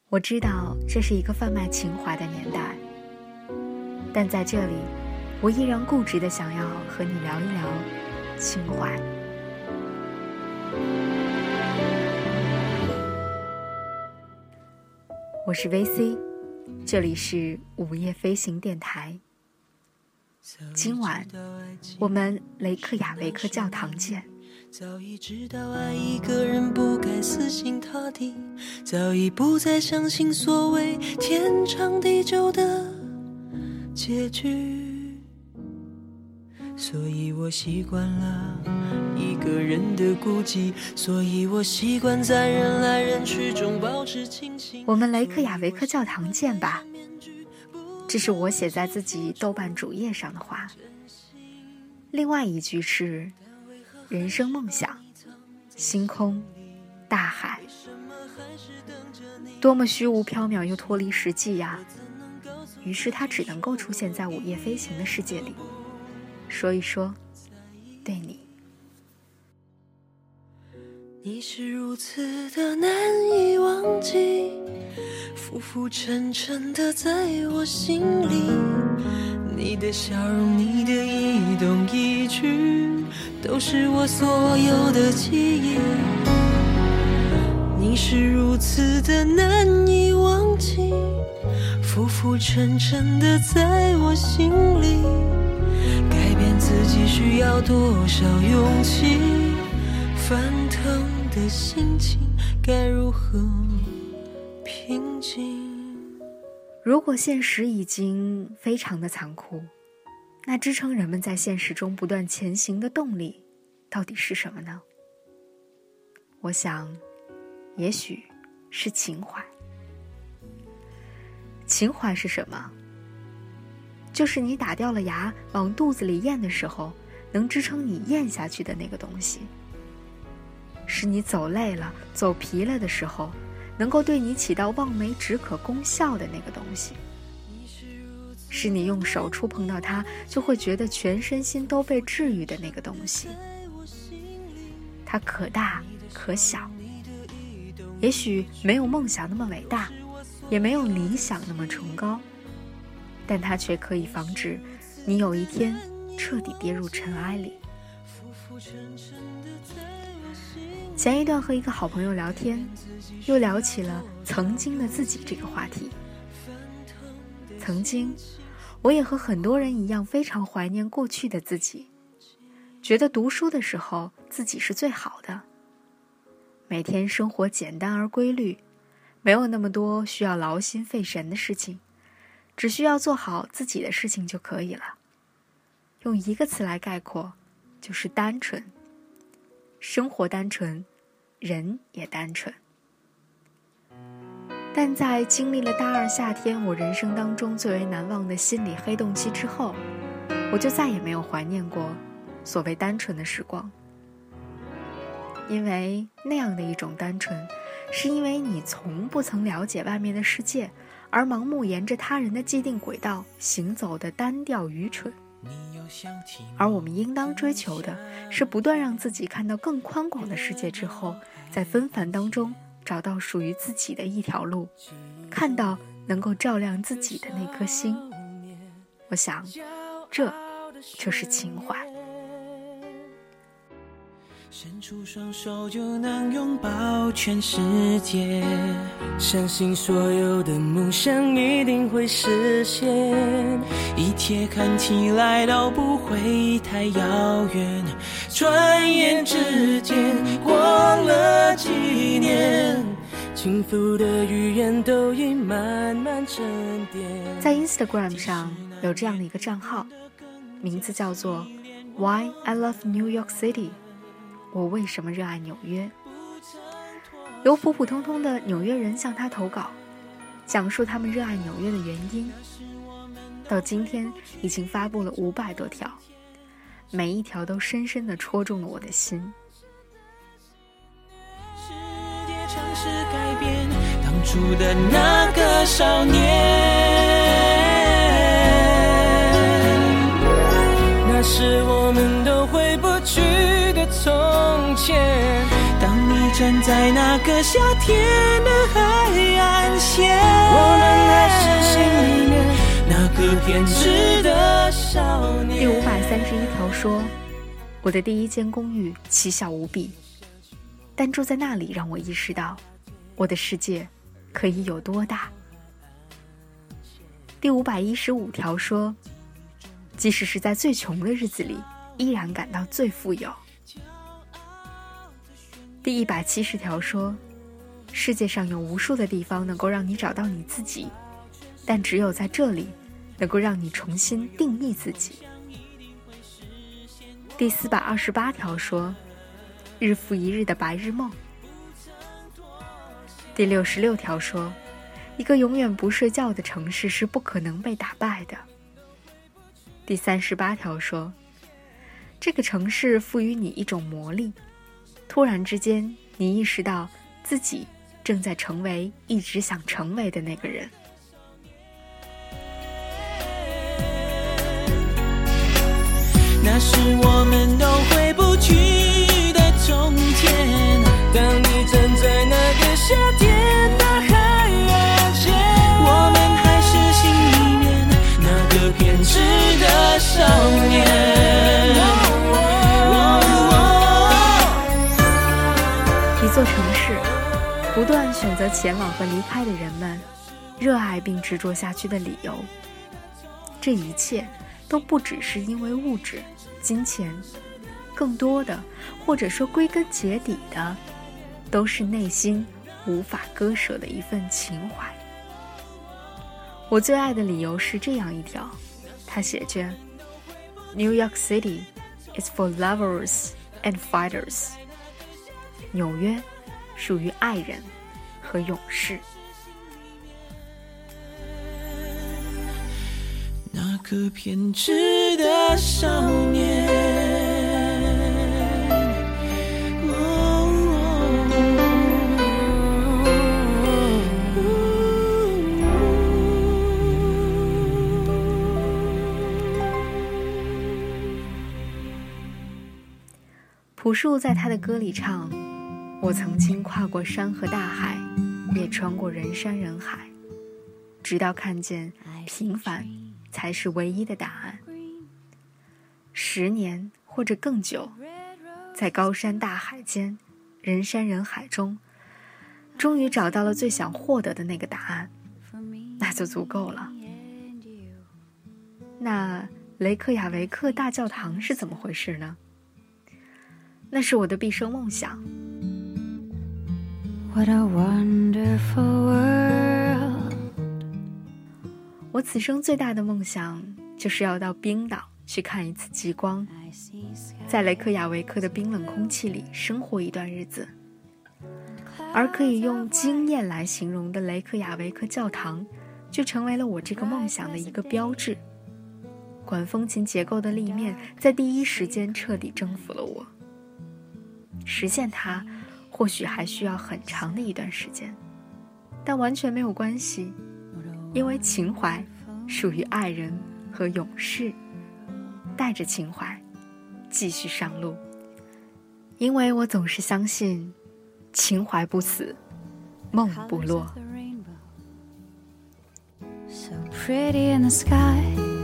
我知道这是一个贩卖情怀的年代，但在这里，我依然固执地想要和你聊一聊情怀。我是 VC， 这里是午夜飞行电台。今晚我们雷克雅维克教堂见。 早已知道爱一个人不该死心塌地，早已不再相信所谓天长地久的结局，所以我习惯了一个人的孤寂，所以我习惯在人来人去中保持清醒。 我们雷克雅维克教堂见吧，这是我写在自己豆瓣主页上的话。另外一句是人生梦想，星空，大海，多么虚无缥缈又脱离实际呀！于是它只能够出现在午夜飞行的世界里，说一说对你。 你是如此的难以忘记，浮浮沉沉的在我心里，你的笑容，你的一动一举，都是我所有的记忆。你是如此的难以忘记，浮浮沉沉的在我心里，改变自己需要多少勇气，翻腾的心情该如何平静。 如果现实已经非常的残酷，那支撑人们在现实中不断前行的动力到底是什么呢？我想也许是情怀。情怀是什么？就是你打掉了牙往肚子里咽的时候，能支撑你咽下去的那个东西，是你走累了走疲了的时候能够对你起到望梅止渴功效的那个东西，是你用手触碰到它就会觉得全身心都被治愈的那个东西。它可大可小，也许没有梦想那么伟大，也没有理想那么崇高，但它却可以防止你有一天彻底跌入尘埃里。前一段和一个好朋友聊天，又聊起了曾经的自己这个话题。曾经我也和很多人一样非常怀念过去的自己，觉得读书的时候自己是最好的，每天生活简单而规律，没有那么多需要劳心费神的事情，只需要做好自己的事情就可以了。用一个词来概括，就是单纯。生活单纯，人也单纯。但在经历了大二夏天我人生当中最为难忘的心理黑洞期之后，我就再也没有怀念过所谓单纯的时光。因为那样的一种单纯，是因为你从不曾了解外面的世界，而盲目沿着他人的既定轨道行走的单调愚蠢。而我们应当追求的是不断让自己看到更宽广的世界之后，在纷繁当中找到属于自己的一条路，看到能够照亮自己的那颗星。我想这就是情怀。 伸出双手就能拥抱全世界，相信所有的梦想一定会实现，一切看起来都不会太遥远，转眼之间过了几年，轻浮的语言都已慢慢沉淀。 在 Instagram 上有这样的一个账号，名字叫做 Why I Love New York City，我为什么热爱纽约？由普普通通的纽约人向他投稿，讲述他们热爱纽约的原因。到今天已经发布了500多条，每一条都深深地戳中了我的心。 世界尝试改变当初的那个少年，那是我们都回不去的从前。当你站在那个夏天的海岸线， 偏执的少年。 第531条说，我的第一间公寓奇小无比，但住在那里让我意识到我的世界可以有多大。第515条说，即使是在最穷的日子里依然感到最富有。第170条说，世界上有无数的地方能够让你找到你自己，但只有在这里能够让你重新定义自己。第428条说，日复一日的白日梦。第66条说，一个永远不睡觉的城市是不可能被打败的。第38条说，这个城市赋予你一种魔力，突然之间你意识到自己正在成为一直想成为的那个人。 那是我们都回不去的从前，当你站在那个夏天的海岸线，我们还是心里面那个偏执的少年。 一座城市，不断选择前往和离开的人们，热爱并执着下去的理由，这一切都不只是因为物质、金钱，更多的，或者说归根结底的，都是内心无法割舍的一份情怀。我最爱的理由是这样一条，它写着 New York City is for lovers and fighters。 纽约属于爱人和勇士。 那个偏执的少年。 朴树在他的歌里唱，我曾经跨过山和大海，也穿过人山人海，直到看见平凡才是唯一的答案。10年或者更久，在高山大海间，人山人海中，终于找到了最想获得的那个答案，那就足够了。那雷克雅维克大教堂是怎么回事呢？那是我的毕生梦想。What a wonderful world。 我此生最大的梦想就是要到冰岛去看一次极光，在雷克雅维克的冰冷空气里生活一段日子。而可以用惊艳来形容的雷克雅维克教堂，就成为了我这个梦想的一个标志。管风琴结构的立面在第一时间彻底征服了我。实现它或许还需要很长的一段时间，但完全没有关系，因为情怀属于爱人和勇士。带着情怀继续上路，因为我总是相信情怀不死，梦不落。 So pretty in the sky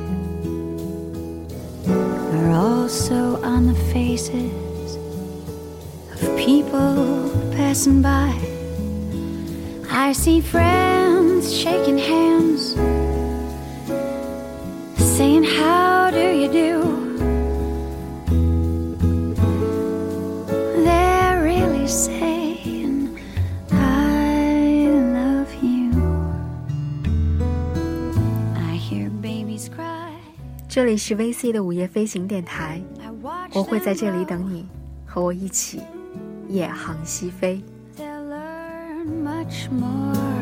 are also on the faces of people passing by. I see friends shaking hands, saying how do you do. They're really saying I love you. I hear babies cry. 这里是 VC 的午夜飞行电台，我会在这里等你，和我一起夜航西飞。 They'll learn much more.